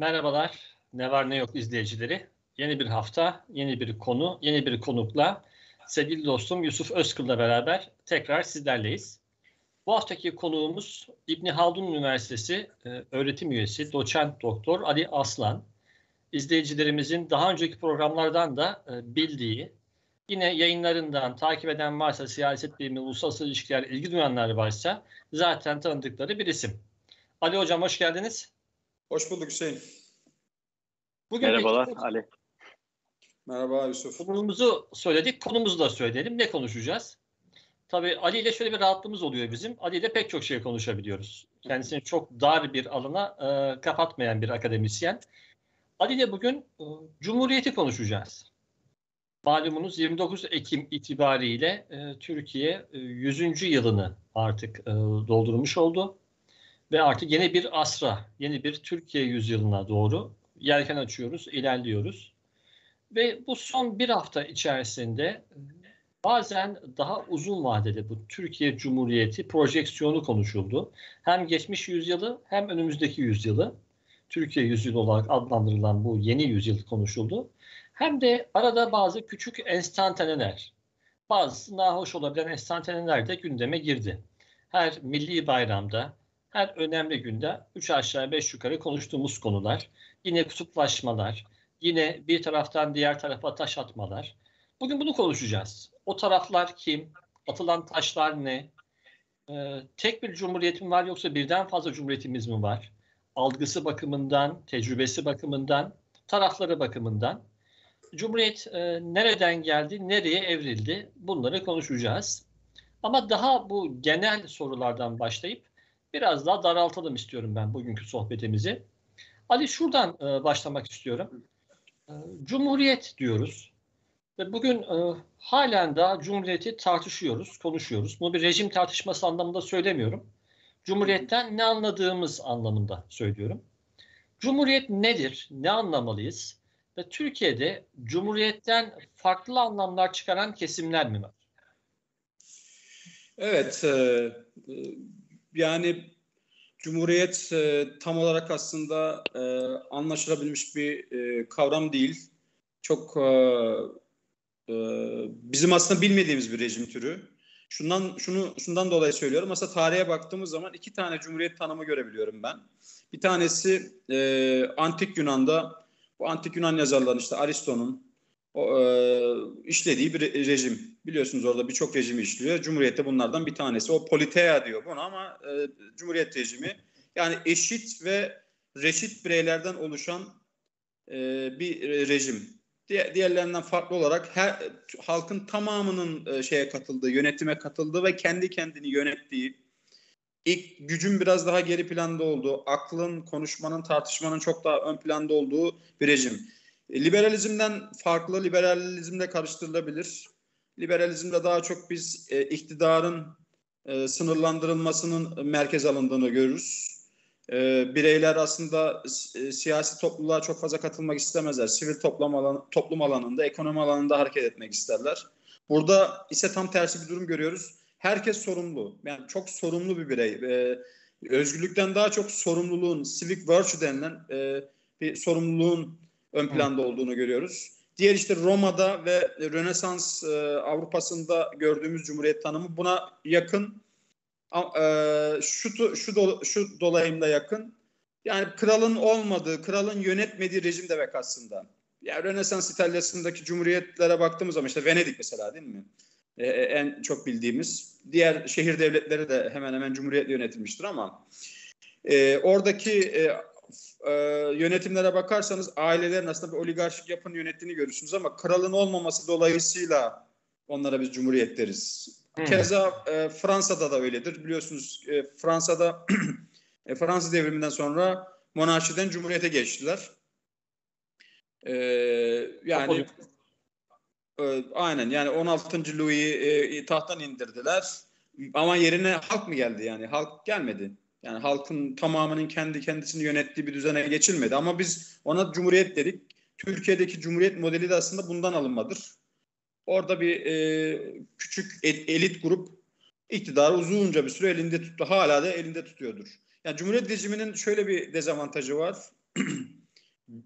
Merhabalar, ne var ne yok izleyicileri. Yeni bir hafta, yeni bir konu, yeni bir konukla sevgili dostum Yusuf Özkıl'la beraber tekrar sizlerleyiz. Bu haftaki konuğumuz İbni Haldun Üniversitesi öğretim üyesi doçent doktor Ali Aslan. İzleyicilerimizin daha önceki programlardan da bildiği, yine yayınlarından takip eden varsa, siyaset bilimi, uluslararası ilişkiler ilgi duyanlar varsa zaten tanıdıkları bir isim. Ali Hocam hoş geldiniz. Hoş bulduk Hüseyin. Bugün Merhabalar Ali. Merhaba Yusuf. Konumuzu söyledik, konumuzu da söyleyelim. Ne konuşacağız? Tabii Ali ile şöyle bir rahatlığımız oluyor bizim. Ali ile pek çok şey konuşabiliyoruz. Kendisini çok dar bir alana kapatmayan bir akademisyen. Ali ile bugün Cumhuriyeti konuşacağız. Malumunuz 29 Ekim itibariyle Türkiye 100. yılını artık doldurmuş oldu. Ve artık yeni bir asra, yeni bir Türkiye yüzyılına doğru yelken açıyoruz, ilerliyoruz. Ve bu son bir hafta içerisinde bazen daha uzun vadeli bu Türkiye Cumhuriyeti projeksiyonu konuşuldu. Hem geçmiş yüzyılı hem önümüzdeki yüzyılı, Türkiye yüzyılı olarak adlandırılan bu yeni yüzyıl konuşuldu. Hem de arada bazı küçük enstantaneler, bazı nahoş olabilen enstantaneler de gündeme girdi. Her milli bayramda, her önemli günde 3 aşağı 5 yukarı konuştuğumuz konular, yine kutuplaşmalar, yine bir taraftan diğer tarafa taş atmalar. Bugün bunu konuşacağız. O taraflar kim? Atılan taşlar ne? Tek bir cumhuriyet mi var yoksa birden fazla cumhuriyetimiz mi var? Algısı bakımından, tecrübesi bakımından, tarafları bakımından. Cumhuriyet nereden geldi, nereye evrildi? Bunları konuşacağız. Ama daha bu genel sorulardan başlayıp biraz daha daraltalım istiyorum ben bugünkü sohbetimizi. Ali şuradan başlamak istiyorum. Cumhuriyet diyoruz. Ve bugün halen daha Cumhuriyeti tartışıyoruz, konuşuyoruz. Bunu bir rejim tartışması anlamında söylemiyorum. Cumhuriyetten ne anladığımız anlamında söylüyorum. Cumhuriyet nedir? Ne anlamalıyız? Ve Türkiye'de Cumhuriyetten farklı anlamlar çıkaran kesimler mi var? Evet, yani Cumhuriyet tam olarak aslında anlaşılabilmiş bir kavram değil. Çok bizim aslında bilmediğimiz bir rejim türü. Şundan dolayı söylüyorum. Aslında tarihe baktığımız zaman iki tane Cumhuriyet tanımı görebiliyorum ben. Bir tanesi Antik Yunan'da, bu Antik Yunan yazarların işte Aristo'nun işlediği bir rejim. Biliyorsunuz orada birçok rejimi işliyor. Cumhuriyet de bunlardan bir tanesi. O politeia diyor bunu ama Cumhuriyet rejimi yani eşit ve reşit bireylerden oluşan bir rejim. Diğerlerinden farklı olarak halkın tamamının şeye katıldığı, yönetime katıldığı ve kendi kendini yönettiği, ilk gücün biraz daha geri planda olduğu, aklın, konuşmanın, tartışmanın çok daha ön planda olduğu bir rejim. Liberalizmden farklı, liberalizmle karıştırılabilir. Liberalizmde daha çok biz iktidarın sınırlandırılmasının merkeze alındığını görürüz. Bireyler aslında siyasi topluluğa çok fazla katılmak istemezler. Sivil toplum alanında, ekonomi alanında hareket etmek isterler. Burada ise tam tersi bir durum görüyoruz. Herkes sorumlu. Yani çok sorumlu bir birey. Özgürlükten daha çok sorumluluğun, civic virtue denilen bir sorumluluğun ön planda olduğunu görüyoruz. Diğer işte Roma'da ve Rönesans Avrupa'sında gördüğümüz Cumhuriyet tanımı buna yakın. Şu dolayımda yakın. Yani kralın olmadığı, kralın yönetmediği rejim demek aslında. Yani Rönesans İtalya'sındaki cumhuriyetlere baktığımız zaman işte Venedik mesela değil mi? En çok bildiğimiz. Diğer şehir devletleri de hemen hemen cumhuriyetle yönetilmiştir ama oradaki yönetimlere bakarsanız ailelerin aslında bir oligarşik yapının yönettiğini görürsünüz ama kralın olmaması dolayısıyla onlara biz cumhuriyet deriz. Keza Fransa'da da öyledir. Biliyorsunuz Fransa'da Fransız devriminden sonra monarşiden cumhuriyete geçtiler. Yani aynen yani 16. Louis'i tahttan indirdiler. Ama yerine halk mı geldi yani? Halk gelmedi. Yani halkın tamamının kendi kendisini yönettiği bir düzene geçilmedi. Ama biz ona cumhuriyet dedik. Türkiye'deki cumhuriyet modeli de aslında bundan alınmadır. Orada bir küçük elit grup iktidarı uzunca bir süre elinde tuttu. Hala da elinde tutuyordur. Yani Cumhuriyet rejiminin şöyle bir dezavantajı var.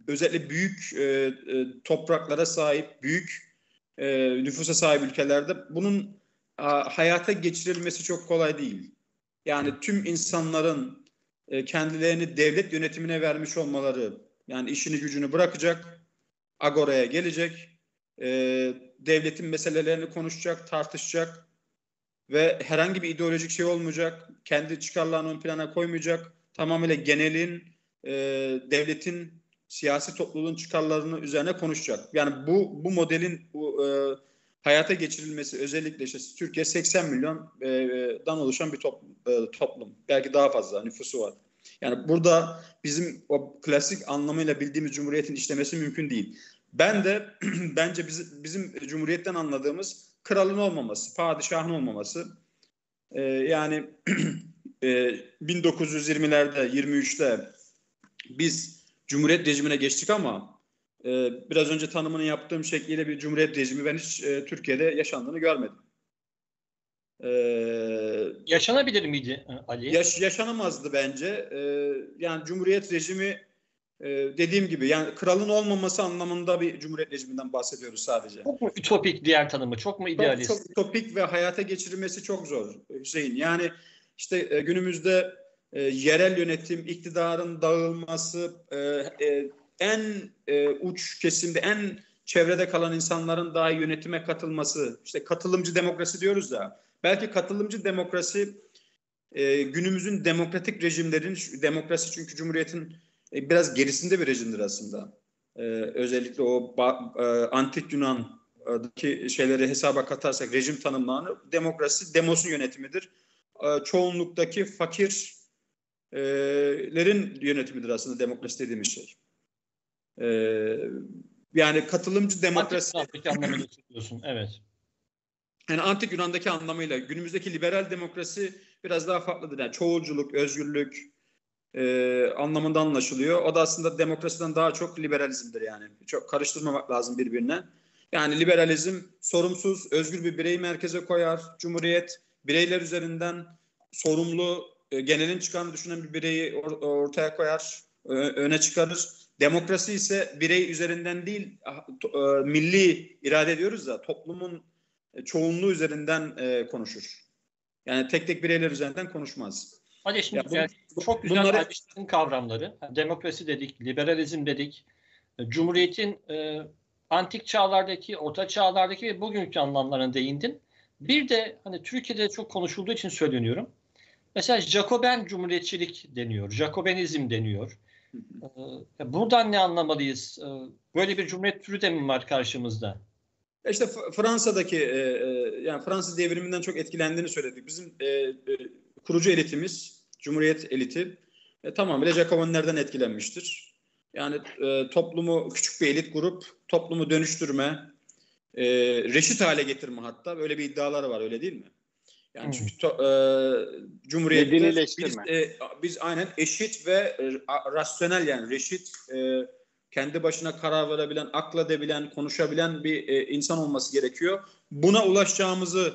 özellikle büyük topraklara sahip, büyük nüfusa sahip ülkelerde bunun hayata geçirilmesi çok kolay değil. Yani tüm insanların kendilerini devlet yönetimine vermiş olmaları, yani işini gücünü bırakacak, agoraya gelecek, devletin meselelerini konuşacak, tartışacak ve herhangi bir ideolojik şey olmayacak, kendi çıkarlarını ön plana koymayacak, tamamıyla genelin, devletin, siyasi topluluğun çıkarlarını üzerine konuşacak. Yani bu modelin hayata geçirilmesi, özellikle işte Türkiye 80 milyondan oluşan bir toplum. Belki daha fazla nüfusu var. Yani burada bizim o klasik anlamıyla bildiğimiz cumhuriyetin işlemesi mümkün değil. Ben de bence bizim cumhuriyetten anladığımız kralın olmaması, padişahın olmaması. Yani 1920'lerde, 23'te biz cumhuriyet rejimine geçtik ama biraz önce tanımını yaptığım şekliyle bir cumhuriyet rejimi ben hiç Türkiye'de yaşandığını görmedim. Yaşanabilir miydi Ali? Yaşanamazdı bence. Yani cumhuriyet rejimi dediğim gibi yani kralın olmaması anlamında bir cumhuriyet rejiminden bahsediyoruz sadece. Çok mu ütopik diğer tanımı? Çok mu idealist? Çok ütopik ve hayata geçirilmesi çok zor Hüseyin. Yani işte günümüzde yerel yönetim, iktidarın dağılması, en uç kesimde, en çevrede kalan insanların dahi yönetime katılması, işte katılımcı demokrasi diyoruz ya. Belki katılımcı demokrasi günümüzün demokratik rejimlerin, demokrasi çünkü cumhuriyetin biraz gerisinde bir rejimdir aslında. Özellikle o antik Yunan'daki şeyleri hesaba katarsak rejim tanımlarını, demokrasi demosun yönetimidir. Çoğunluktaki fakirlerin yönetimidir aslında demokrasi dediğimiz şey. Yani katılımcı demokrasi. Antik Yunan'daki anlamını söylüyorsun, evet. Yani antik Yunan'daki anlamıyla günümüzdeki liberal demokrasi biraz daha farklıdır. Yani çoğulculuk, özgürlük anlamında anlaşılıyor. O da aslında demokrasiden daha çok liberalizmdir yani. Çok karıştırmamak lazım birbirine. Yani liberalizm sorumsuz, özgür bir bireyi merkeze koyar. Cumhuriyet bireyler üzerinden sorumlu, genelin çıkarını düşünen bir bireyi ortaya koyar, öne çıkarır. Demokrasi ise birey üzerinden değil, milli irade diyoruz ya, toplumun çoğunluğu üzerinden konuşur. Yani tek tek bireyler üzerinden konuşmaz. Hadi şimdi yani çok güzel ayrıştırdın kavramları. Demokrasi dedik, liberalizm dedik. Cumhuriyetin antik çağlardaki, orta çağlardaki ve bugünkü anlamlarına değindin. Bir de hani Türkiye'de çok konuşulduğu için söyleniyorum. Mesela Jacoben cumhuriyetçilik deniyor, Jacobenizm deniyor. Buradan ne anlamalıyız? Böyle bir cumhuriyet türü de mi var karşımızda? İşte Fransa'daki yani Fransız devriminden çok etkilendiğini söyledik. Bizim kurucu elitimiz, Cumhuriyet eliti tamamıyla Jacobinlerden etkilenmiştir. Yani toplumu küçük bir elit grup, toplumu dönüştürme, reşit hale getirme hatta böyle bir iddiaları var, öyle değil mi? Yani çünkü Cumhuriyet'te biz aynen eşit ve rasyonel yani reşit, kendi başına karar verebilen, akladebilen, konuşabilen bir insan olması gerekiyor. Buna ulaşacağımızı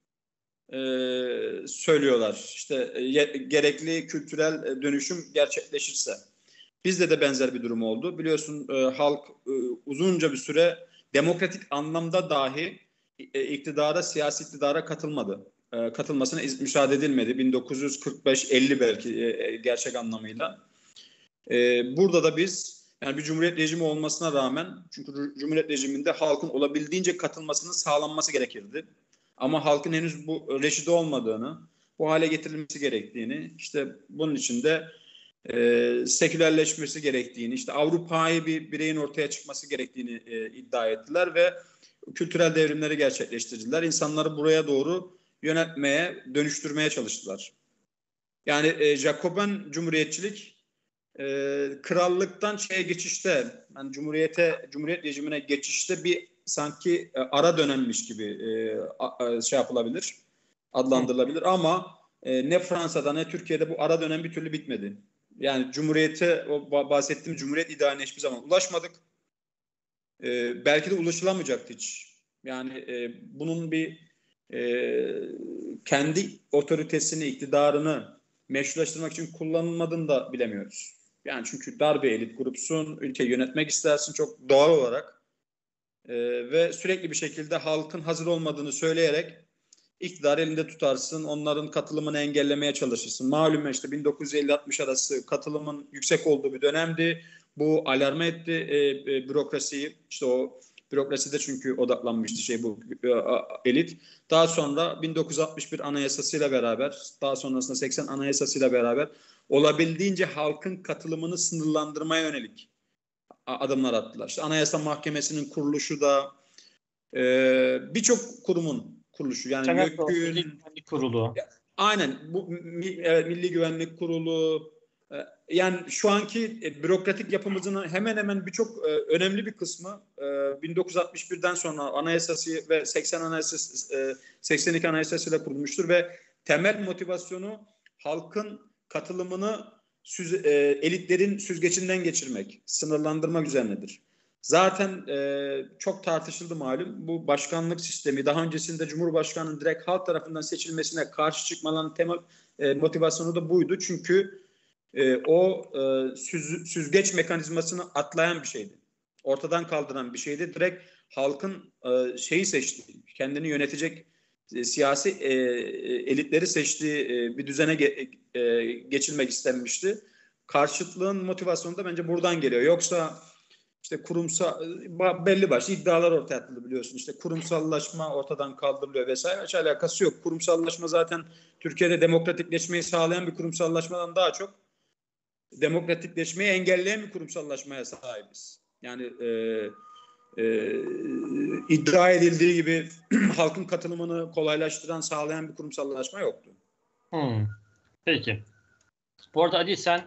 söylüyorlar. İşte gerekli kültürel dönüşüm gerçekleşirse. Bizde de benzer bir durum oldu. Biliyorsun halk uzunca bir süre demokratik anlamda dahi iktidara, siyasi iktidara katılmadı. Katılmasına müsaade edilmedi. 1945-50 belki gerçek anlamıyla. Burada da biz yani bir cumhuriyet rejimi olmasına rağmen, çünkü cumhuriyet rejiminde halkın olabildiğince katılmasının sağlanması gerekirdi. Ama halkın henüz bu reşide olmadığını, bu hale getirilmesi gerektiğini, işte bunun için de sekülerleşmesi gerektiğini, işte Avrupa'yı bir bireyin ortaya çıkması gerektiğini iddia ettiler ve kültürel devrimleri gerçekleştirdiler. İnsanları buraya doğru yönetmeye, dönüştürmeye çalıştılar. Yani Jacoben cumhuriyetçilik krallıktan şeye geçişte, yani cumhuriyet rejimine geçişte bir sanki ara dönemmiş gibi şey yapılabilir, adlandırılabilir ama ne Fransa'da ne Türkiye'de bu ara dönem bir türlü bitmedi. Yani cumhuriyete, o bahsettiğim cumhuriyet idealine hiçbir zaman ulaşmadık. Belki de ulaşılamayacaktı hiç. Yani bunun bir kendi otoritesini, iktidarını meşrulaştırmak için kullanılmadığını da bilemiyoruz. Yani çünkü dar bir elit grupsun, ülke yönetmek istersin çok doğal olarak. Ve sürekli bir şekilde halkın hazır olmadığını söyleyerek iktidarı elinde tutarsın, onların katılımını engellemeye çalışırsın. Malum işte 1950-60 arası katılımın yüksek olduğu bir dönemdi. Bu alarma etti bürokrasiyi. İşte o bürokraside çünkü odaklanmıştı bu elit. Daha sonra 1961 Anayasası'yla beraber, daha sonrasında 80 Anayasası'yla beraber olabildiğince halkın katılımını sınırlandırmaya yönelik adımlar attılar. İşte Anayasa Mahkemesi'nin kuruluşu da birçok kurumun kuruluşu. Yani Senato, Milli YÖK'ün, Güvenlik Kurulu. aynen bu evet, Milli Güvenlik Kurulu, yani şu anki bürokratik yapımızın hemen hemen birçok önemli bir kısmı 1961'den sonra Anayasası ve 80 Anayasası 82 Anayasası ile kurulmuştur ve temel motivasyonu halkın katılımını elitlerin süzgecinden geçirmek, sınırlandırmak üzerinedir. Zaten çok tartışıldı malum. Bu başkanlık sistemi daha öncesinde Cumhurbaşkanı'nın direkt halk tarafından seçilmesine karşı çıkmaların temel motivasyonu da buydu. Çünkü o süzgeç mekanizmasını atlayan bir şeydi. Ortadan kaldıran bir şeydi. Direkt halkın şeyi seçtiği, kendini yönetecek siyasi elitleri seçtiği bir düzene geçilmek istenmişti. Karşıtlığın motivasyonu da bence buradan geliyor. Yoksa işte kurumsal belli başlı iddialar ortaya atıldı biliyorsun. İşte kurumsallaşma ortadan kaldırılıyor vesaire. Hiç alakası yok. Kurumsallaşma zaten Türkiye'de demokratikleşmeyi sağlayan bir kurumsallaşmadan daha çok demokratikleşmeyi engelleyen bir kurumsallaşmaya sahibiz. Yani iddia edildiği gibi halkın katılımını kolaylaştıran, sağlayan bir kurumsallaşma yoktu. Peki. Bu arada Ali sen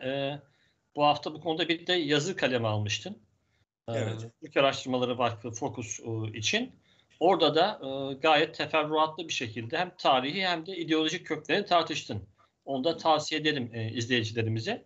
bu hafta bu konuda bir de yazı kaleme almıştın. Evet. Türk Araştırmaları Vakfı Focus için. Orada da gayet teferruatlı bir şekilde hem tarihi hem de ideolojik köklerini tartıştın. Onu da tavsiye edelim izleyicilerimize.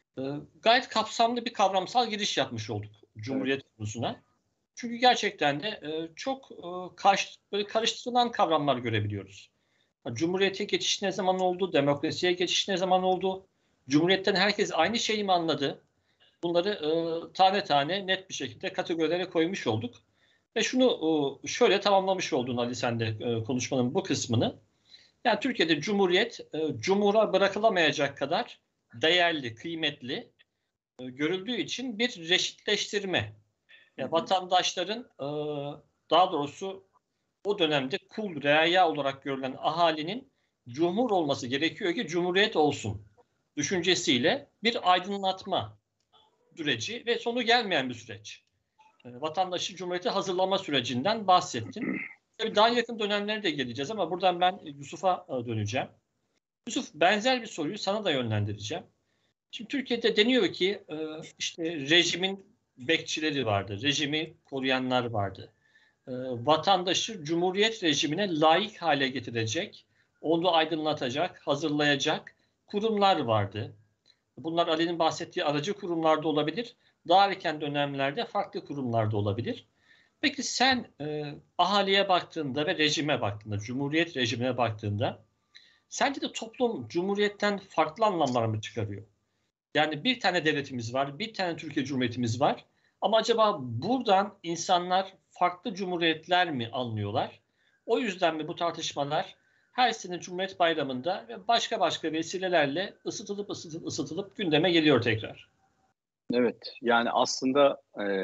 Gayet kapsamlı bir kavramsal giriş yapmış olduk Cumhuriyet konusuna. Çünkü gerçekten de çok böyle karıştırılan kavramlar görebiliyoruz. Cumhuriyete geçiş ne zaman oldu? Demokrasiye geçiş ne zaman oldu? Cumhuriyetten herkes aynı şeyi mi anladı? Bunları tane tane net bir şekilde kategorilere koymuş olduk. Ve şunu şöyle tamamlamış oldun Ali sen de konuşmanın bu kısmını. Yani Türkiye'de Cumhuriyet cumhura bırakılamayacak kadar değerli, kıymetli görüldüğü için bir reşitleştirme. Yani vatandaşların daha doğrusu o dönemde kul, reaya olarak görülen ahalinin cumhur olması gerekiyor ki cumhuriyet olsun düşüncesiyle bir aydınlatma süreci ve sonu gelmeyen bir süreç. Vatandaşı cumhuriyete hazırlama sürecinden bahsettim. Tabii daha yakın dönemlere de geleceğiz ama buradan ben Yusuf'a döneceğim. Yusuf benzer bir soruyu sana da yönlendireceğim. Şimdi Türkiye'de deniyor ki işte rejimin bekçileri vardı, rejimi koruyanlar vardı. Vatandaşı cumhuriyet rejimine layık hale getirecek, onu aydınlatacak, hazırlayacak kurumlar vardı. Bunlar Ali'nin bahsettiği aracı kurumlarda olabilir. Daha erken dönemlerde farklı kurumlarda olabilir. Peki sen ahaliye baktığında ve rejime baktığında, cumhuriyet rejimine baktığında sence de toplum cumhuriyetten farklı anlamlar mı çıkarıyor? Yani bir tane devletimiz var, bir tane Türkiye Cumhuriyetimiz var. Ama acaba buradan insanlar farklı cumhuriyetler mi anlıyorlar? O yüzden mi bu tartışmalar her sene Cumhuriyet Bayramı'nda ve başka başka vesilelerle ısıtılıp gündeme geliyor tekrar? Evet, yani aslında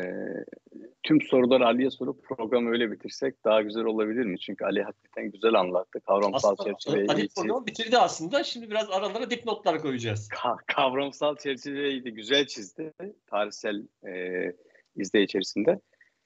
tüm soruları Ali'ye sorup programı öyle bitirsek daha güzel olabilir mi? Çünkü Ali hakikaten güzel anlattı. Kavramsal Aslında çerçeveyi Ali programı bitirdi aslında. Şimdi biraz aralara dipnotlar koyacağız. kavramsal çerçeveyi de güzel çizdi. Tarihsel izle içerisinde.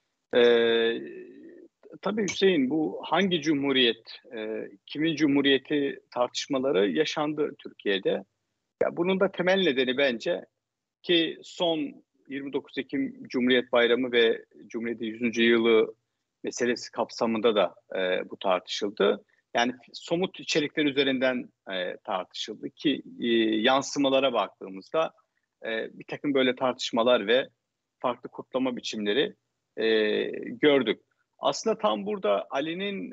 Tabii Hüseyin, bu hangi cumhuriyet, kimin cumhuriyeti tartışmaları yaşandı Türkiye'de. Ya bunun da temel nedeni bence ki son 29 Ekim Cumhuriyet Bayramı ve Cumhuriyet'in 100. yılı meselesi kapsamında da bu tartışıldı. Yani somut içerikler üzerinden tartışıldı ki yansımalara baktığımızda bir takım böyle tartışmalar ve farklı kutlama biçimleri gördük. Aslında tam burada Ali'nin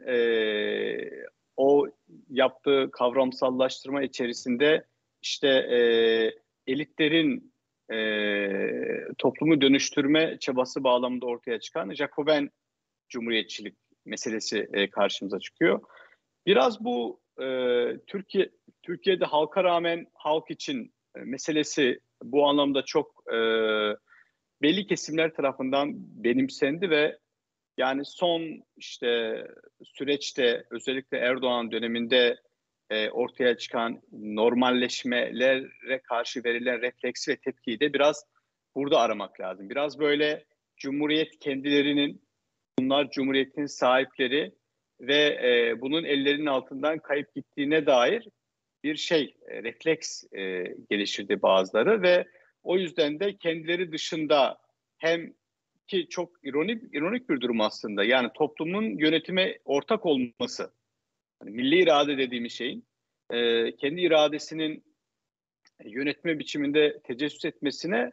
o yaptığı kavramsallaştırma içerisinde işte elitlerin toplumu dönüştürme çabası bağlamında ortaya çıkan Jacoben cumhuriyetçilik meselesi karşımıza çıkıyor. Biraz bu Türkiye'de halka rağmen halk için meselesi bu anlamda çok belli kesimler tarafından benimsendi ve yani son işte süreçte özellikle Erdoğan döneminde ortaya çıkan normalleşmelere karşı verilen refleksi ve tepkiyi de biraz burada aramak lazım. Biraz böyle Cumhuriyet kendilerinin, bunlar Cumhuriyet'in sahipleri ve bunun ellerinin altından kayıp gittiğine dair bir refleks geliştirdi bazıları ve o yüzden de kendileri dışında hem ki çok ironik bir durum aslında. Yani toplumun yönetime ortak olması, yani milli irade dediğimiz şeyin kendi iradesinin yönetme biçiminde tecessüs etmesine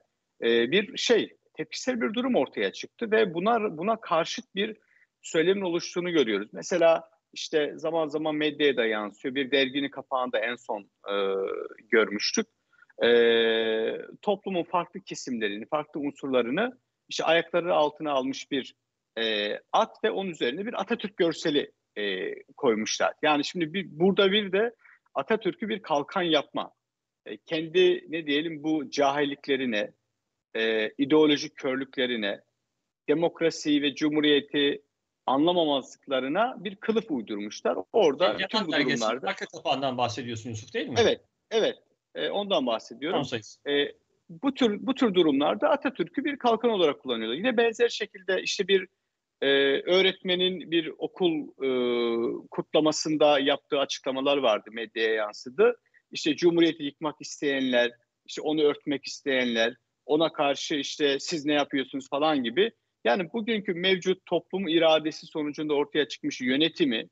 tepkisel bir durum ortaya çıktı ve buna karşıt bir söylemin oluştuğunu görüyoruz. Mesela işte zaman zaman medyaya da yansıyor. Bir derginin kapağında en son görmüştük. Toplumun farklı kesimlerini, farklı unsurlarını işte ayakları altına almış bir at ve onun üzerine bir Atatürk görseli koymuşlar. Yani şimdi burada bir de Atatürk'ü bir kalkan yapma. Kendi ne diyelim bu cahilliklerine, ideolojik körlüklerine, demokrasiyi ve cumhuriyeti anlamamazlıklarına bir kılıf uydurmuşlar. Orada bütün bu durumlarda... Arka kapağından bahsediyorsun Yusuf, değil mi? Evet. Ondan bahsediyorum. E, bu tür durumlarda Atatürk'ü bir kalkan olarak kullanıyorlar. Yine benzer şekilde işte bir öğretmenin bir okul kutlamasında yaptığı açıklamalar vardı, medyaya yansıdı. İşte Cumhuriyeti yıkmak isteyenler, işte onu örtmek isteyenler, ona karşı işte siz ne yapıyorsunuz falan gibi. Yani bugünkü mevcut toplum iradesi sonucunda ortaya çıkmış yönetimi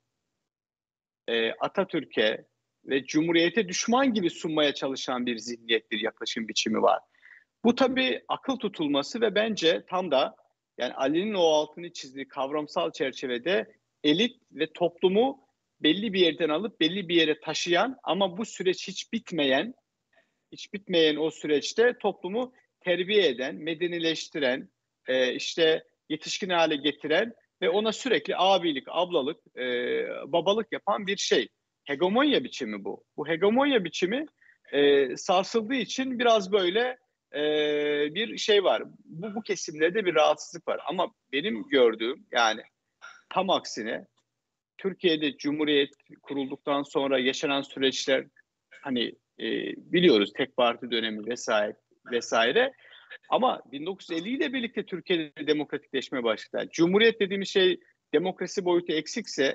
Atatürk'e ve Cumhuriyete düşman gibi sunmaya çalışan bir zihniyet, bir yaklaşım biçimi var. Bu tabii akıl tutulması ve bence tam da yani Ali'nin o altını çizdiği kavramsal çerçevede elit ve toplumu belli bir yerden alıp belli bir yere taşıyan ama bu süreç hiç bitmeyen o süreçte toplumu terbiye eden, medenileştiren, işte yetişkin hale getiren ve ona sürekli abilik, ablalık, babalık yapan bir hegemonya biçimi bu. Bu hegemonya biçimi sarsıldığı için biraz böyle bir var. Bu kesimlerde bir rahatsızlık var. Ama benim gördüğüm yani tam aksine Türkiye'de Cumhuriyet kurulduktan sonra yaşanan süreçler hani biliyoruz tek parti dönemi vesaire. Ama 1950 ile birlikte Türkiye'de demokratikleşmeye başladı. Cumhuriyet dediğimiz şey demokrasi boyutu eksikse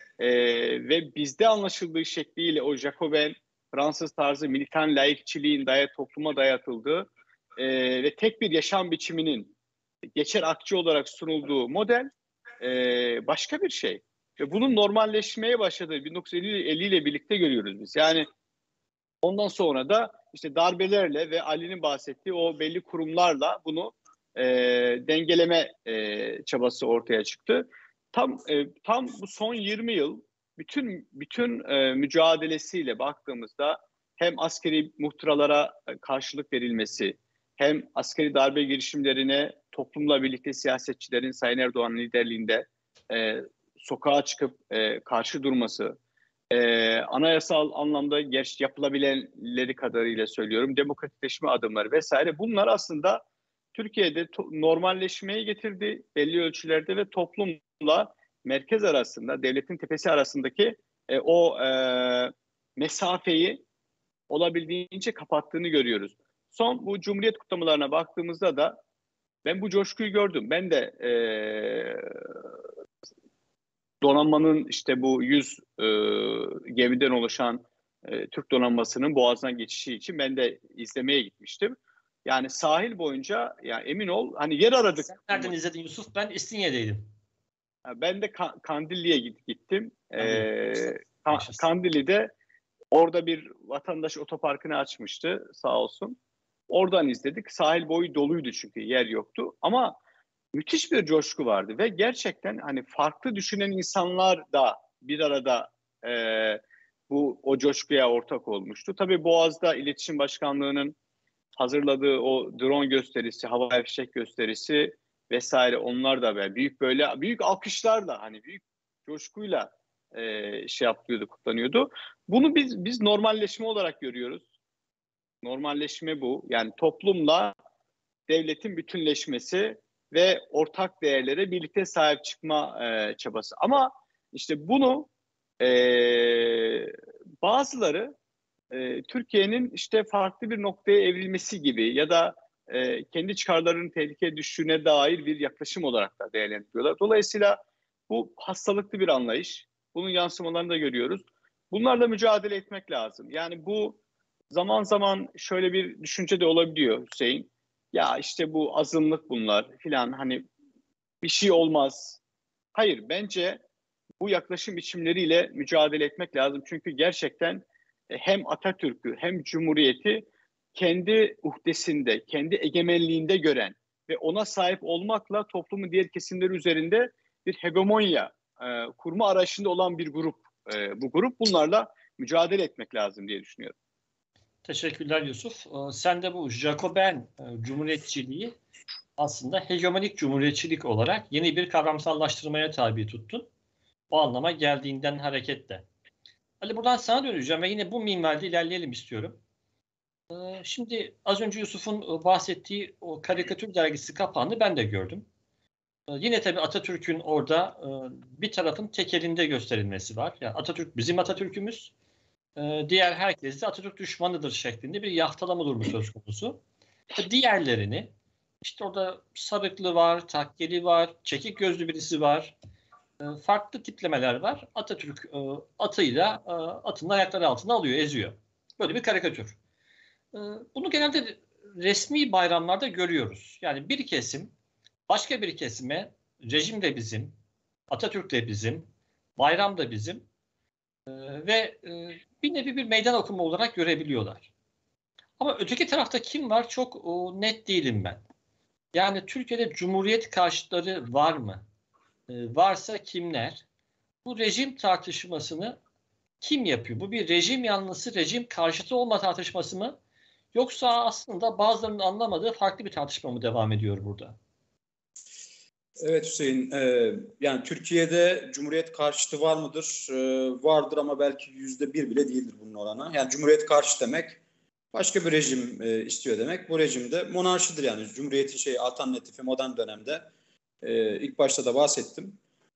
ve bizde anlaşıldığı şekliyle o Jacoben Fransız tarzı militan laikçiliğin topluma dayatıldığı ve tek bir yaşam biçiminin geçer akçe olarak sunulduğu model başka bir şey. Ve bunun normalleşmeye başladığı 1950 ile birlikte görüyoruz biz. Yani ondan sonra da işte darbelerle ve Ali'nin bahsettiği o belli kurumlarla bunu dengeleme çabası ortaya çıktı. Tam bu son 20 yıl bütün mücadelesiyle baktığımızda hem askeri muhtıralara karşılık verilmesi, hem askeri darbe girişimlerine toplumla birlikte siyasetçilerin Sayın Erdoğan'ın liderliğinde sokağa çıkıp karşı durması, anayasal anlamda yapılabilenleri kadarıyla söylüyorum, demokratikleşme adımları vesaire, bunlar aslında Türkiye'de normalleşmeyi getirdi belli ölçülerde ve toplumla merkez arasında, devletin tepesi arasındaki mesafeyi olabildiğince kapattığını görüyoruz. Son bu Cumhuriyet kutlamalarına baktığımızda da ben bu coşkuyu gördüm. Ben de donanmanın işte bu 100 gemiden oluşan Türk donanmasının Boğaz'dan geçişi için ben de izlemeye gitmiştim. Yani sahil boyunca yani emin ol hani yer aradık. Sen nereden izledin Yusuf? Ben İstinye'deydim. Ben de Kandilli'ye gittim. Kandilli'de orada bir vatandaş otoparkını açmıştı sağ olsun. Oradan izledik. Sahil boyu doluydu çünkü yer yoktu. Ama müthiş bir coşku vardı ve gerçekten hani farklı düşünen insanlar da bir arada o coşkuya ortak olmuştu. Tabii Boğaz'da İletişim Başkanlığı'nın hazırladığı o drone gösterisi, hava fişek gösterisi vesaire, onlar da böyle büyük alkışlarla, hani büyük coşkuyla şey yapılıyordu, kutlanıyordu. Bunu biz normalleşme olarak görüyoruz. Normalleşme bu. Yani toplumla devletin bütünleşmesi ve ortak değerlere birlikte sahip çıkma çabası. Ama işte bunu bazıları Türkiye'nin işte farklı bir noktaya evrilmesi gibi ya da kendi çıkarlarının tehlikeye düştüğüne dair bir yaklaşım olarak da değerlendiriyorlar. Dolayısıyla bu hastalıklı bir anlayış. Bunun yansımalarını da görüyoruz. Bunlarla mücadele etmek lazım. Yani bu zaman zaman şöyle bir düşünce de olabiliyor Hüseyin. Ya işte bu azınlık bunlar filan, hani bir şey olmaz. Hayır, bence bu yaklaşım biçimleriyle mücadele etmek lazım. Çünkü gerçekten hem Atatürk'ü hem Cumhuriyeti kendi uhdesinde, kendi egemenliğinde gören ve ona sahip olmakla toplumun diğer kesimleri üzerinde bir hegemonya kurma arayışında olan bir grup. Bu grup, bunlarla mücadele etmek lazım diye düşünüyorum. Teşekkürler Yusuf. Sen de bu Jacoben cumhuriyetçiliği aslında hegemonik cumhuriyetçilik olarak yeni bir kavramsallaştırmaya tabi tuttun. O anlama geldiğinden hareketle. Ali, buradan sana döneceğim ve yine bu minvalde ilerleyelim istiyorum. Şimdi az önce Yusuf'un bahsettiği o karikatür dergisi kapağını ben de gördüm. Yine tabii Atatürk'ün orada bir tarafın tek elinde gösterilmesi var. Yani Atatürk bizim Atatürk'ümüz, diğer herkes de Atatürk düşmanıdır şeklinde bir yaftalama durumu söz konusu. Diğerlerini, işte orada sarıklı var, takkeli var, çekik gözlü birisi var. Farklı tiplemeler var. Atatürk atıyla atının ayakları altına alıyor, eziyor. Böyle bir karikatür. Bunu genelde resmi bayramlarda görüyoruz. Yani bir kesim başka bir kesime rejim de bizim, Atatürk de bizim, bayram da bizim ve bir nevi bir meydan okuma olarak görebiliyorlar. Ama öteki tarafta kim var çok net değilim ben. Yani Türkiye'de cumhuriyet karşıtları var mı? Varsa kimler? Bu rejim tartışmasını kim yapıyor? Bu bir rejim yanlısı, rejim karşıtı olma tartışması mı? Yoksa aslında bazılarının anlamadığı farklı bir tartışma mı devam ediyor burada? Evet Hüseyin, yani Türkiye'de Cumhuriyet karşıtı var mıdır? Vardır ama belki %1 bile değildir bunun oranı. Yani Cumhuriyet karşı demek başka bir rejim istiyor demek. Bu rejim de monarşidir yani. Cumhuriyetin alternatifi modern dönemde. İlk başta da bahsettim.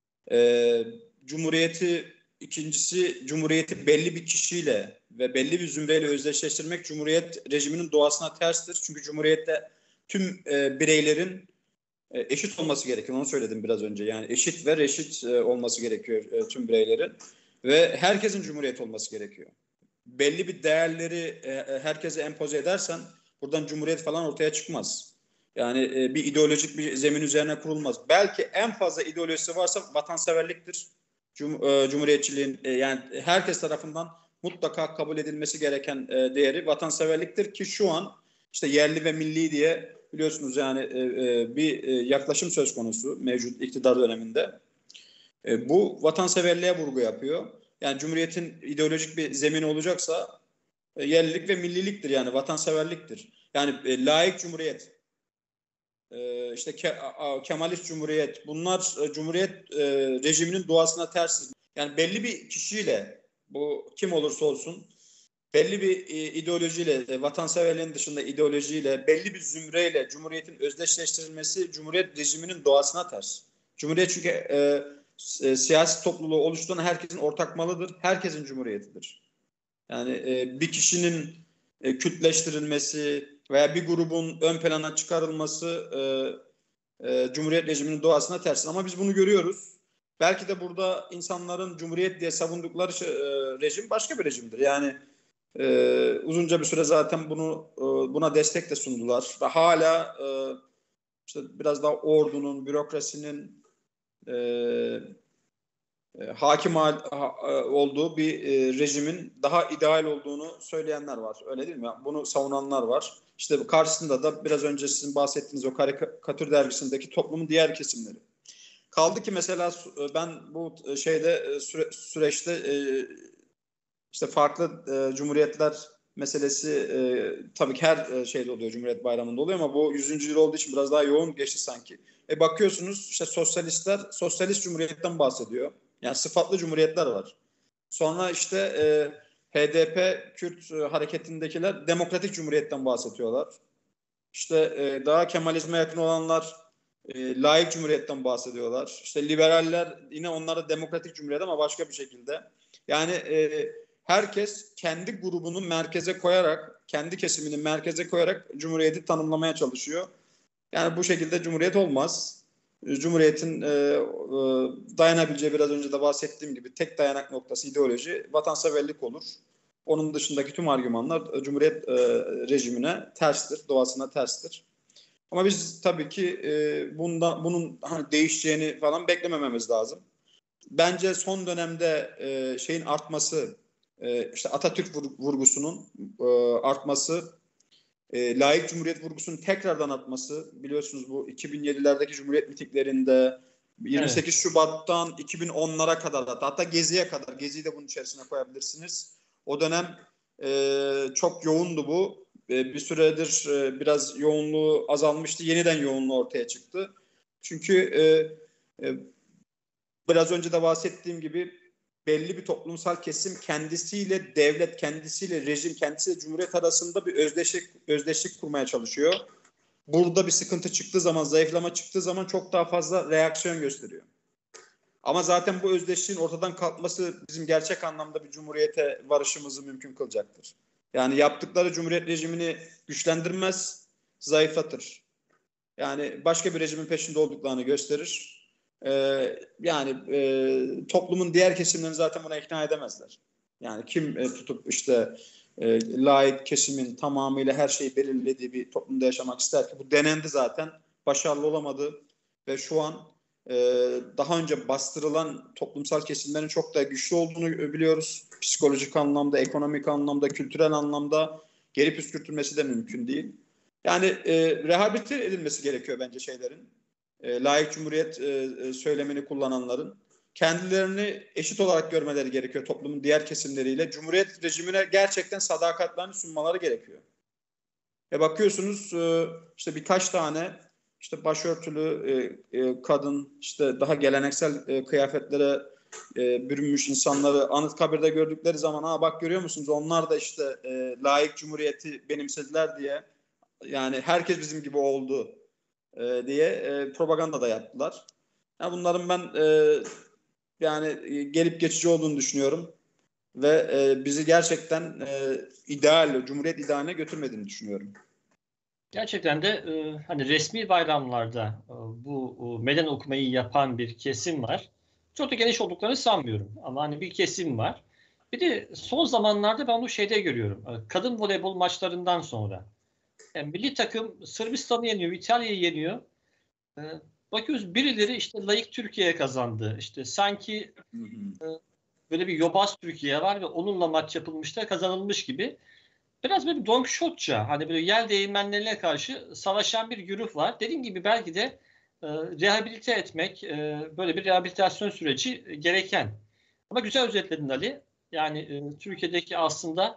Cumhuriyeti belli bir kişiyle ve belli bir zümreyle özdeşleştirmek Cumhuriyet rejiminin doğasına terstir. Çünkü Cumhuriyette tüm bireylerin eşit olması gerekiyor. Onu söyledim biraz önce. Yani eşit ve reşit olması gerekiyor tüm bireylerin. Ve herkesin cumhuriyet olması gerekiyor. Belli bir değerleri herkese empoze edersen buradan cumhuriyet falan ortaya çıkmaz. Yani bir ideolojik bir zemin üzerine kurulmaz. Belki en fazla ideolojisi varsa vatanseverliktir. Cumhuriyetçiliğin yani herkes tarafından mutlaka kabul edilmesi gereken değeri vatanseverliktir ki şu an işte yerli ve milli diye biliyorsunuz yani bir yaklaşım söz konusu mevcut iktidar döneminde. Bu vatanseverliğe vurgu yapıyor. Yani Cumhuriyet'in ideolojik bir zemini olacaksa yerlilik ve milliliktir yani vatanseverliktir. Yani laik Cumhuriyet, işte Kemalist Cumhuriyet, bunlar Cumhuriyet rejiminin doğasına ters. Yani belli bir kişiyle, bu kim olursa olsun, belli bir ideolojiyle, vatanseverliğin dışında ideolojiyle, belli bir zümreyle Cumhuriyet'in özdeşleştirilmesi Cumhuriyet rejiminin doğasına ters. Cumhuriyet çünkü siyasi topluluğu oluşturan herkesin ortak malıdır, herkesin cumhuriyetidir. Yani bir kişinin kültleştirilmesi veya bir grubun ön plana çıkarılması Cumhuriyet rejiminin doğasına ters. Ama biz bunu görüyoruz. Belki de burada insanların Cumhuriyet diye savundukları rejim başka bir rejimdir. Yani uzunca bir süre zaten buna destek de sundular ve hala işte biraz daha ordunun, bürokrasinin hakim olduğu bir rejimin daha ideal olduğunu söyleyenler var. Öyle değil mi? Bunu savunanlar var. İşte karşısında da biraz önce sizin bahsettiğiniz o karikatür dergisindeki toplumun diğer kesimleri. Kaldı ki mesela ben bu süreçte işte farklı cumhuriyetler meselesi tabii ki her şeyde oluyor, Cumhuriyet Bayramı'nda oluyor ama bu 100. yıl olduğu için biraz daha yoğun geçti sanki. Bakıyorsunuz işte sosyalistler sosyalist cumhuriyetten bahsediyor. Yani sıfatlı cumhuriyetler var. Sonra işte HDP Kürt hareketindekiler demokratik cumhuriyetten bahsediyorlar. İşte daha Kemalizme yakın olanlar laik cumhuriyetten bahsediyorlar. İşte liberaller yine onlar da demokratik cumhuriyet ama başka bir şekilde. Yani herkes kendi grubunu merkeze koyarak, kendi kesimini merkeze koyarak cumhuriyeti tanımlamaya çalışıyor. Yani bu şekilde cumhuriyet olmaz. Cumhuriyetin dayanabileceği, biraz önce de bahsettiğim gibi, tek dayanak noktası ideoloji, vatanseverlik olur. Onun dışındaki tüm argümanlar Cumhuriyet rejimine terstir, doğasına terstir. Ama biz tabii ki bunun hani değişeceğini falan beklemememiz lazım. Bence son dönemde şeyin artması, işte Atatürk vurgusunun artması, laik cumhuriyet vurgusunun tekrardan artması, biliyorsunuz bu 2007'lerdeki Cumhuriyet mitinglerinde 28 evet. Şubat'tan 2010'lara kadar, hatta Gezi'ye kadar, Gezi'yi de bunun içerisine koyabilirsiniz. O dönem çok yoğundu bu. Bir süredir biraz yoğunluğu azalmıştı. Yeniden yoğunluğu ortaya çıktı. Çünkü biraz önce de bahsettiğim gibi belli bir toplumsal kesim kendisiyle devlet, kendisiyle rejim, kendisiyle cumhuriyet arasında bir özdeşlik kurmaya çalışıyor. Burada bir sıkıntı çıktığı zaman, zayıflama çıktığı zaman çok daha fazla reaksiyon gösteriyor. Ama zaten bu özdeşliğin ortadan kalkması bizim gerçek anlamda bir cumhuriyete varışımızı mümkün kılacaktır. Yani yaptıkları cumhuriyet rejimini güçlendirmez, zayıflatır. Yani başka bir rejimin peşinde olduklarını gösterir. Yani toplumun diğer kesimlerini zaten buna ikna edemezler. Yani kim tutup işte laik kesimin tamamıyla her şeyi belirlediği bir toplumda yaşamak ister ki? Bu denendi zaten, başarılı olamadı ve şu an daha önce bastırılan toplumsal kesimlerin çok daha güçlü olduğunu biliyoruz. Psikolojik anlamda, ekonomik anlamda, kültürel anlamda geri püskürtülmesi de mümkün değil. Yani rehabilite edilmesi gerekiyor bence şeylerin. Laik cumhuriyet söylemini kullananların kendilerini eşit olarak görmeleri gerekiyor toplumun diğer kesimleriyle. Cumhuriyet rejimine gerçekten sadakatlerini sunmaları gerekiyor. Bakıyorsunuz işte birkaç tane işte başörtülü kadın, işte daha geleneksel kıyafetlere bürünmüş insanları Anıtkabir'de gördükleri zaman, bak görüyor musunuz, onlar da işte laik cumhuriyeti benimsediler diye, yani herkes bizim gibi oldu diye propaganda da yaptılar. Yani bunların ben yani gelip geçici olduğunu düşünüyorum ve bizi gerçekten cumhuriyet idealine götürmediğini düşünüyorum. Gerçekten de hani resmi bayramlarda bu meydan okumayı yapan bir kesim var. Çok da geniş olduklarını sanmıyorum ama hani bir kesim var. Bir de son zamanlarda ben onu şeyde görüyorum. Kadın voleybol maçlarından sonra. Yani milli takım Sırbistan'ı yeniyor, İtalya'yı yeniyor. Bakıyoruz birileri işte layık Türkiye'ye kazandı. İşte sanki böyle bir yobaz Türkiye var ve onunla maç yapılmış da kazanılmış gibi. Biraz böyle Don Quixote'ça, hani böyle yel değirmenlerine karşı savaşan bir güruh var. Dediğim gibi belki de rehabilite etmek, böyle bir rehabilitasyon süreci gereken. Ama güzel özetledin Ali. Yani Türkiye'deki aslında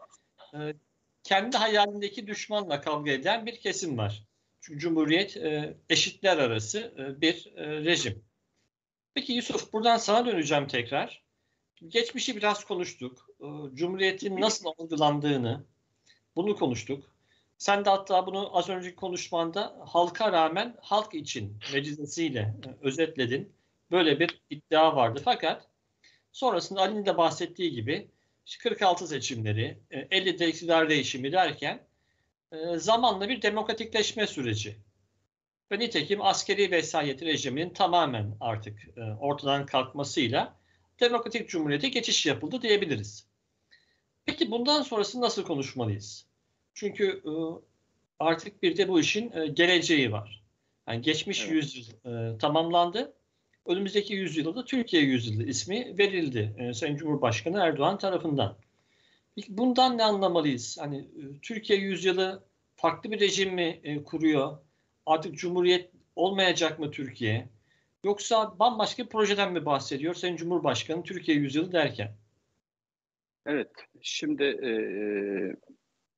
kendi hayalindeki düşmanla kavga eden bir kesim var. Çünkü Cumhuriyet eşitler arası bir rejim. Peki Yusuf, buradan sana döneceğim tekrar. Geçmişi biraz konuştuk. Cumhuriyetin nasıl algılandığını, bunu konuştuk. Sen de hatta bunu az önceki konuşmanda halka rağmen halk için vecizesiyle özetledin. Böyle bir iddia vardı. Fakat sonrasında Ali'nin de bahsettiği gibi 46 seçimleri, 50'de iktidar değişimi derken zamanla bir demokratikleşme süreci. Ve nitekim askeri vesayet rejiminin tamamen artık ortadan kalkmasıyla demokratik cumhuriyete geçiş yapıldı diyebiliriz. Peki bundan sonrası nasıl konuşmalıyız? Çünkü artık bir de bu işin geleceği var. Yani geçmiş yüzyıl tamamlandı. Önümüzdeki yüzyılda da Türkiye yüzyılı ismi verildi Sayın Cumhurbaşkanı Erdoğan tarafından. Peki bundan ne anlamalıyız? Hani Türkiye yüzyılı farklı bir rejim mi kuruyor? Artık cumhuriyet olmayacak mı Türkiye? Yoksa bambaşka bir projeden mi bahsediyor Sayın Cumhurbaşkanı Türkiye yüzyılı derken? Evet, şimdi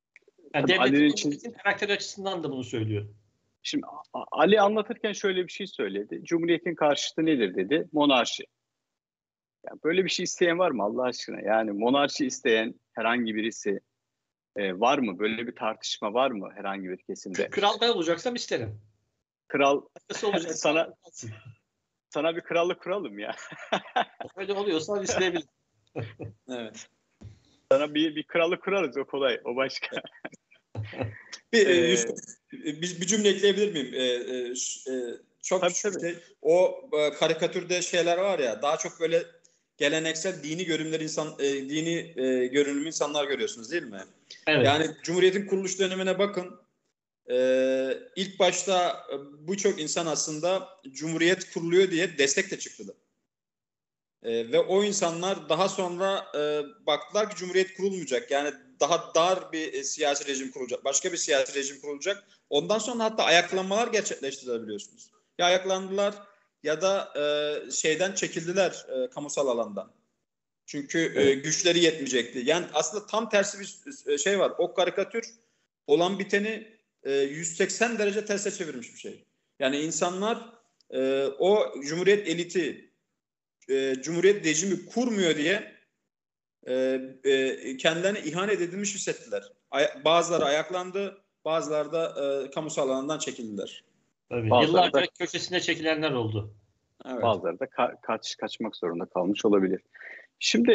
Yani Tabii devletin karakter açısından da bunu söylüyor. Şimdi Ali anlatırken şöyle bir şey söyledi. Cumhuriyetin karşıtı nedir dedi? Monarşi. Yani böyle bir şey isteyen var mı Allah aşkına? Yani monarşi isteyen herhangi birisi var mı? Böyle bir tartışma var mı herhangi bir kesimde? Kral ben olacaksam isterim. Kral Başkası olacaksa sana bir krallık kuralım ya. öyle oluyorsa isteyebilirim. Evet. Sana bir krallık kurarız, o kolay. O başka. Yusuf, bir cümle ekleyebilir miyim? Çok Tabii. karikatürde şeyler var ya, daha çok böyle geleneksel dini görünümlü insanlar görüyorsunuz değil mi? Evet. Yani Cumhuriyet'in kuruluş dönemine bakın. İlk başta birçok insan aslında Cumhuriyet kuruluyor diye destek de çıktı. Ve o insanlar daha sonra baktılar ki Cumhuriyet kurulmayacak. Yani daha dar bir siyasi rejim kurulacak. Başka bir siyasi rejim kurulacak. Ondan sonra hatta ayaklanmalar gerçekleştirdiler biliyorsunuz. Ya ayaklandılar ya da şeyden çekildiler kamusal alandan. Çünkü güçleri yetmeyecekti. Yani aslında tam tersi bir şey var. O karikatür olan biteni 180 derece terse çevirmiş bir şey. Yani insanlar o Cumhuriyet eliti Cumhuriyet rejimi kurmuyor diye kendilerine ihanet edilmiş hissettiler. Bazıları ayaklandı, bazıları da kamusal alandan çekildiler. Tabii. Bazıları Yıllarca da, köşesine çekilenler oldu. Evet. bazıları da kaçmak zorunda kalmış olabilir. Şimdi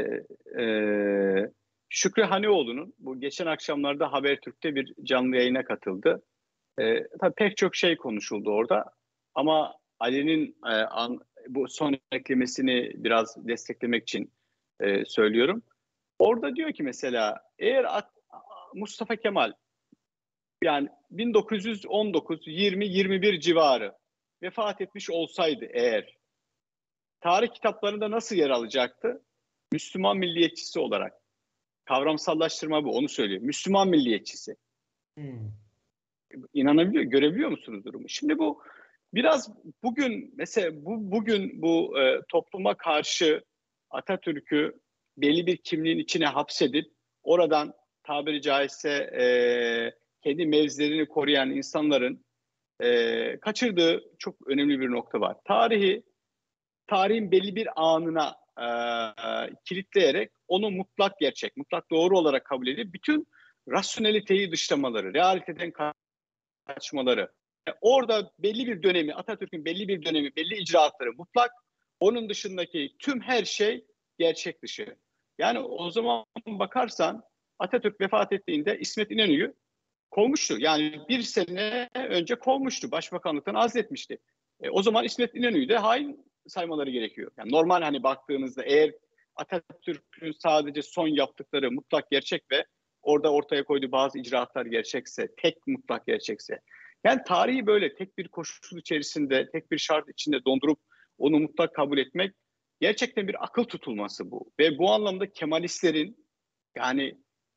Şükrü Hanioğlu'nun bu geçen akşamlarda Habertürk'te bir canlı yayına katıldı. Tabii pek çok şey konuşuldu orada ama Ali'nin bu son eklemesini biraz desteklemek için söylüyorum. Orada diyor ki mesela eğer Mustafa Kemal yani 1919, 20, 21 civarı vefat etmiş olsaydı eğer tarih kitaplarında nasıl yer alacaktı? Müslüman milliyetçisi olarak. Kavramsallaştırma bu, onu söylüyor. Müslüman milliyetçisi. İnanabiliyor, görebiliyor musunuz durumu? Şimdi bu biraz bugün mesela bugün bu topluma karşı Atatürk'ü belli bir kimliğin içine hapsedip oradan tabiri caizse kendi mevzilerini koruyan insanların kaçırdığı çok önemli bir nokta var. Tarihin belli bir anına kilitleyerek onu mutlak gerçek, mutlak doğru olarak kabul edip bütün rasyoneliteyi dışlamaları, realiteden kaçmaları. Orada belli bir dönemi, Atatürk'ün belli bir dönemi, belli icraatları mutlak, onun dışındaki tüm her şey gerçek dışı. Yani o zaman bakarsan Atatürk vefat ettiğinde İsmet İnönü'yü kovmuştu. Yani bir sene önce kovmuştu. Başbakanlıktan azletmişti. O zaman İsmet İnönü'yü de hain saymaları gerekiyor. Yani normal hani baktığınızda eğer Atatürk'ün sadece son yaptıkları mutlak gerçek ve orada ortaya koyduğu bazı icraatlar gerçekse, tek mutlak gerçekse. Yani tarihi böyle tek bir koşul içerisinde, tek bir şart içinde dondurup onu mutlak kabul etmek gerçekten bir akıl tutulması bu. Ve bu anlamda Kemalistlerin yani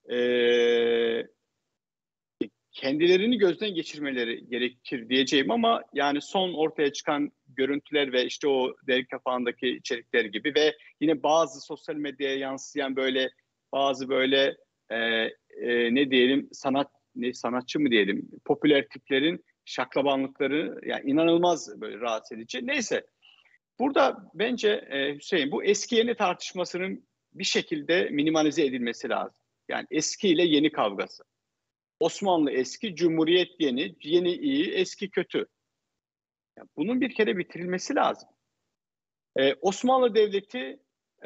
kendilerini gözden geçirmeleri gerekir diyeceğim ama yani son ortaya çıkan görüntüler ve işte o dergi kapağındaki içerikler gibi ve yine bazı sosyal medyaya yansıyan böyle bazı böyle ne diyelim sanatçı mı diyelim popüler tiplerin şaklabanlıkları yani inanılmaz böyle rahatsız edici. Neyse burada bence Hüseyin bu eski yeni tartışmasının bir şekilde minimalize edilmesi lazım. Yani eski ile yeni kavgası. Osmanlı eski, Cumhuriyet yeni, yeni iyi, eski kötü. Yani bunun bir kere bitirilmesi lazım. Osmanlı Devleti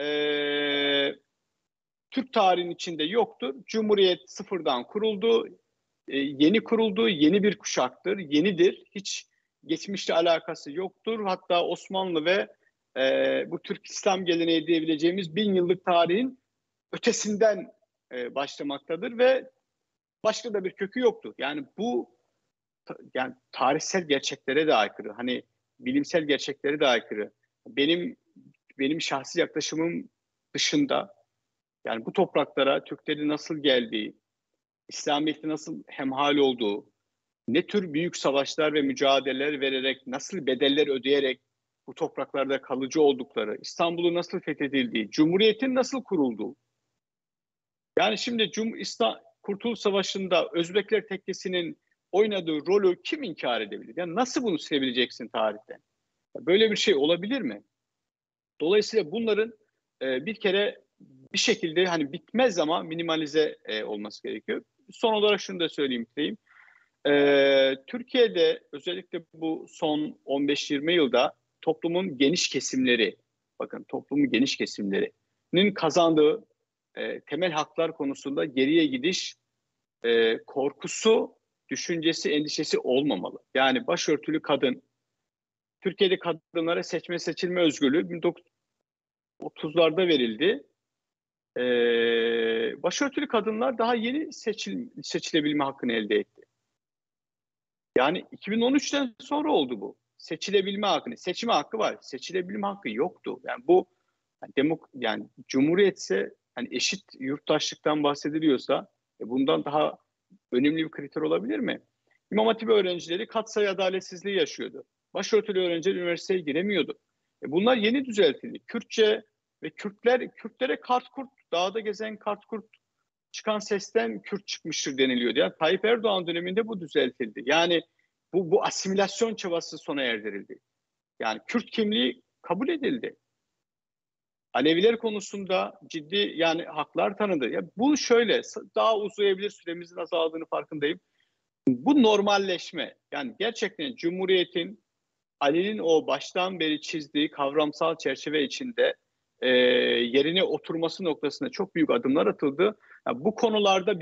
Türk tarihinin içinde yoktur. Cumhuriyet sıfırdan kuruldu, yeni kuruldu, yeni bir kuşaktır, yenidir. Hiç geçmişle alakası yoktur. Hatta Osmanlı ve bu Türk İslam geleneği diyebileceğimiz 1000 yıllık tarihin ötesinden başlamaktadır ve başka da bir kökü yoktu. Yani bu yani tarihsel gerçeklere de aykırı. Hani bilimsel gerçeklere de aykırı. Benim şahsi yaklaşımım dışında yani bu topraklara Türklerin nasıl geldiği, İslamiyet'in nasıl hemhal olduğu, ne tür büyük savaşlar ve mücadeleler vererek, nasıl bedeller ödeyerek bu topraklarda kalıcı oldukları, İstanbul'un nasıl fethedildiği, Cumhuriyet'in nasıl kurulduğu. Yani şimdi Kurtuluş Savaşı'nda Özbekler Tekkesi'nin oynadığı rolü kim inkar edebilir? Yani nasıl bunu silebileceksin tarihten? Böyle bir şey olabilir mi? Dolayısıyla bunların bir kere bir şekilde hani bitmez ama minimalize olması gerekiyor. Son olarak şunu da söyleyeyim. Türkiye'de özellikle bu son 15-20 yılda toplumun geniş kesimleri, bakın toplumun geniş kesimlerinin kazandığı temel haklar konusunda geriye gidiş korkusu, düşüncesi, endişesi olmamalı. Yani başörtülü kadın, Türkiye'de kadınlara seçme seçilme özgürlüğü 1930'larda verildi. Başörtülü kadınlar daha yeni seçilebilme hakkını elde etti. Yani 2013'ten sonra oldu bu. Seçilebilme hakkını, seçme hakkı var. Seçilebilme hakkı yoktu. Yani bu yani cumhuriyetse hani eşit yurttaşlıktan bahsediliyorsa bundan daha önemli bir kriter olabilir mi? İmam Hatip öğrencileri katsayı adaletsizliği yaşıyordu. Başörtülü öğrenciler üniversiteye giremiyordu. Bunlar yeni düzeltildi. Kürtçe ve Kürtlere kartkurt, dağda gezen kartkurt çıkan sesten Kürt çıkmıştır deniliyordu. Yani Tayyip Erdoğan döneminde bu düzeltildi. Yani bu asimilasyon çabası sona erdirildi. Yani Kürt kimliği kabul edildi. Aleviler konusunda ciddi yani haklar tanıdı. Ya bu şöyle daha uzayabilir, süremizin azaldığını farkındayım. Bu normalleşme yani gerçekten Cumhuriyet'in Ali'nin o baştan beri çizdiği kavramsal çerçeve içinde yerine oturması noktasında çok büyük adımlar atıldı. Yani bu konularda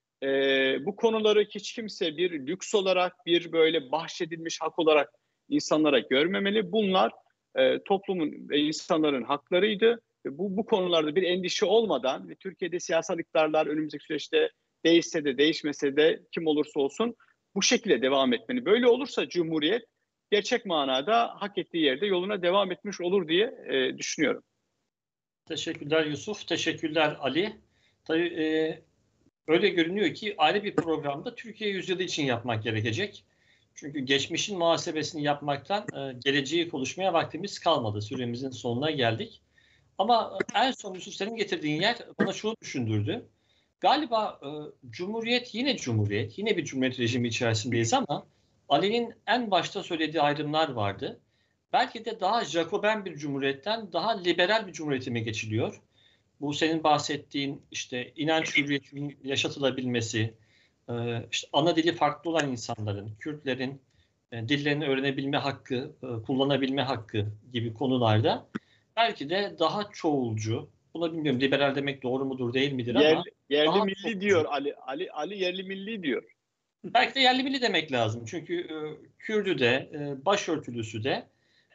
bu konuları hiç kimse bir lüks olarak bir böyle bahşedilmiş hak olarak insanlara görmemeli. Bunlar toplumun ve insanların haklarıydı. Ve bu konularda bir endişe olmadan ve Türkiye'de siyasal iktidarlar önümüzdeki süreçte değişse de değişmese de kim olursa olsun bu şekilde devam etmeli. Böyle olursa Cumhuriyet gerçek manada hak ettiği yerde yoluna devam etmiş olur diye düşünüyorum. Teşekkürler Yusuf, teşekkürler Ali. Tabii öyle görünüyor ki ayrı bir programda Türkiye yüzyılı için yapmak gerekecek. Çünkü geçmişin muhasebesini yapmaktan geleceği konuşmaya vaktimiz kalmadı. Süremizin sonuna geldik. Ama en son Yusuf senin getirdiğin yer bana şunu düşündürdü. Galiba Cumhuriyet yine Cumhuriyet, yine bir Cumhuriyet rejimi içerisindeyiz ama Ali'nin en başta söylediği ayrımlar vardı. Belki de daha Jacoben bir cumhuriyetten daha liberal bir cumhuriyete mi geçiliyor? Bu senin bahsettiğin işte inanç hürriyetinin yaşatılabilmesi, işte ana dili farklı olan insanların, Kürtlerin dillerini öğrenebilme hakkı, kullanabilme hakkı gibi konularda belki de daha çoğulcu, buna bilmiyorum liberal demek doğru mudur değil midir ama yerli milli çoğulcu diyor Ali yerli milli diyor. Belki de yerli milli demek lazım. Çünkü Kürdü de, başörtülüsü de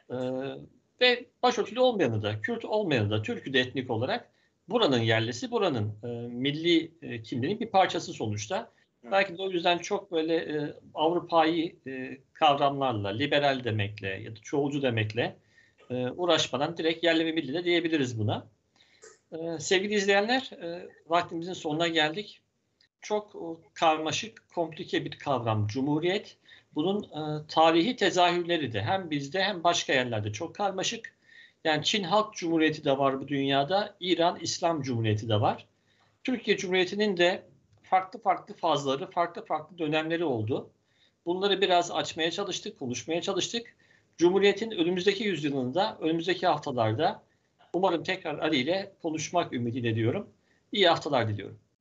ve başörtülü olmayanı da, Kürt olmayanı da, Türk'ü de etnik olarak buranın yerlisi, buranın milli kimliğinin bir parçası sonuçta. Belki de o yüzden çok böyle Avrupa'yı kavramlarla, liberal demekle ya da çoğulcu demekle uğraşmadan direkt yerli ve milli de diyebiliriz buna. Sevgili izleyenler, vaktimizin sonuna geldik. Çok karmaşık, komplike bir kavram Cumhuriyet. Bunun tarihi tezahürleri de hem bizde hem başka yerlerde çok karmaşık. Yani Çin Halk Cumhuriyeti de var bu dünyada, İran İslam Cumhuriyeti de var. Türkiye Cumhuriyeti'nin de farklı farklı fazları, farklı farklı dönemleri oldu. Bunları biraz açmaya çalıştık, konuşmaya çalıştık. Cumhuriyet'in önümüzdeki yüzyılında, önümüzdeki haftalarda umarım tekrar Ali ile konuşmak ümidiyle diyorum. İyi haftalar diliyorum.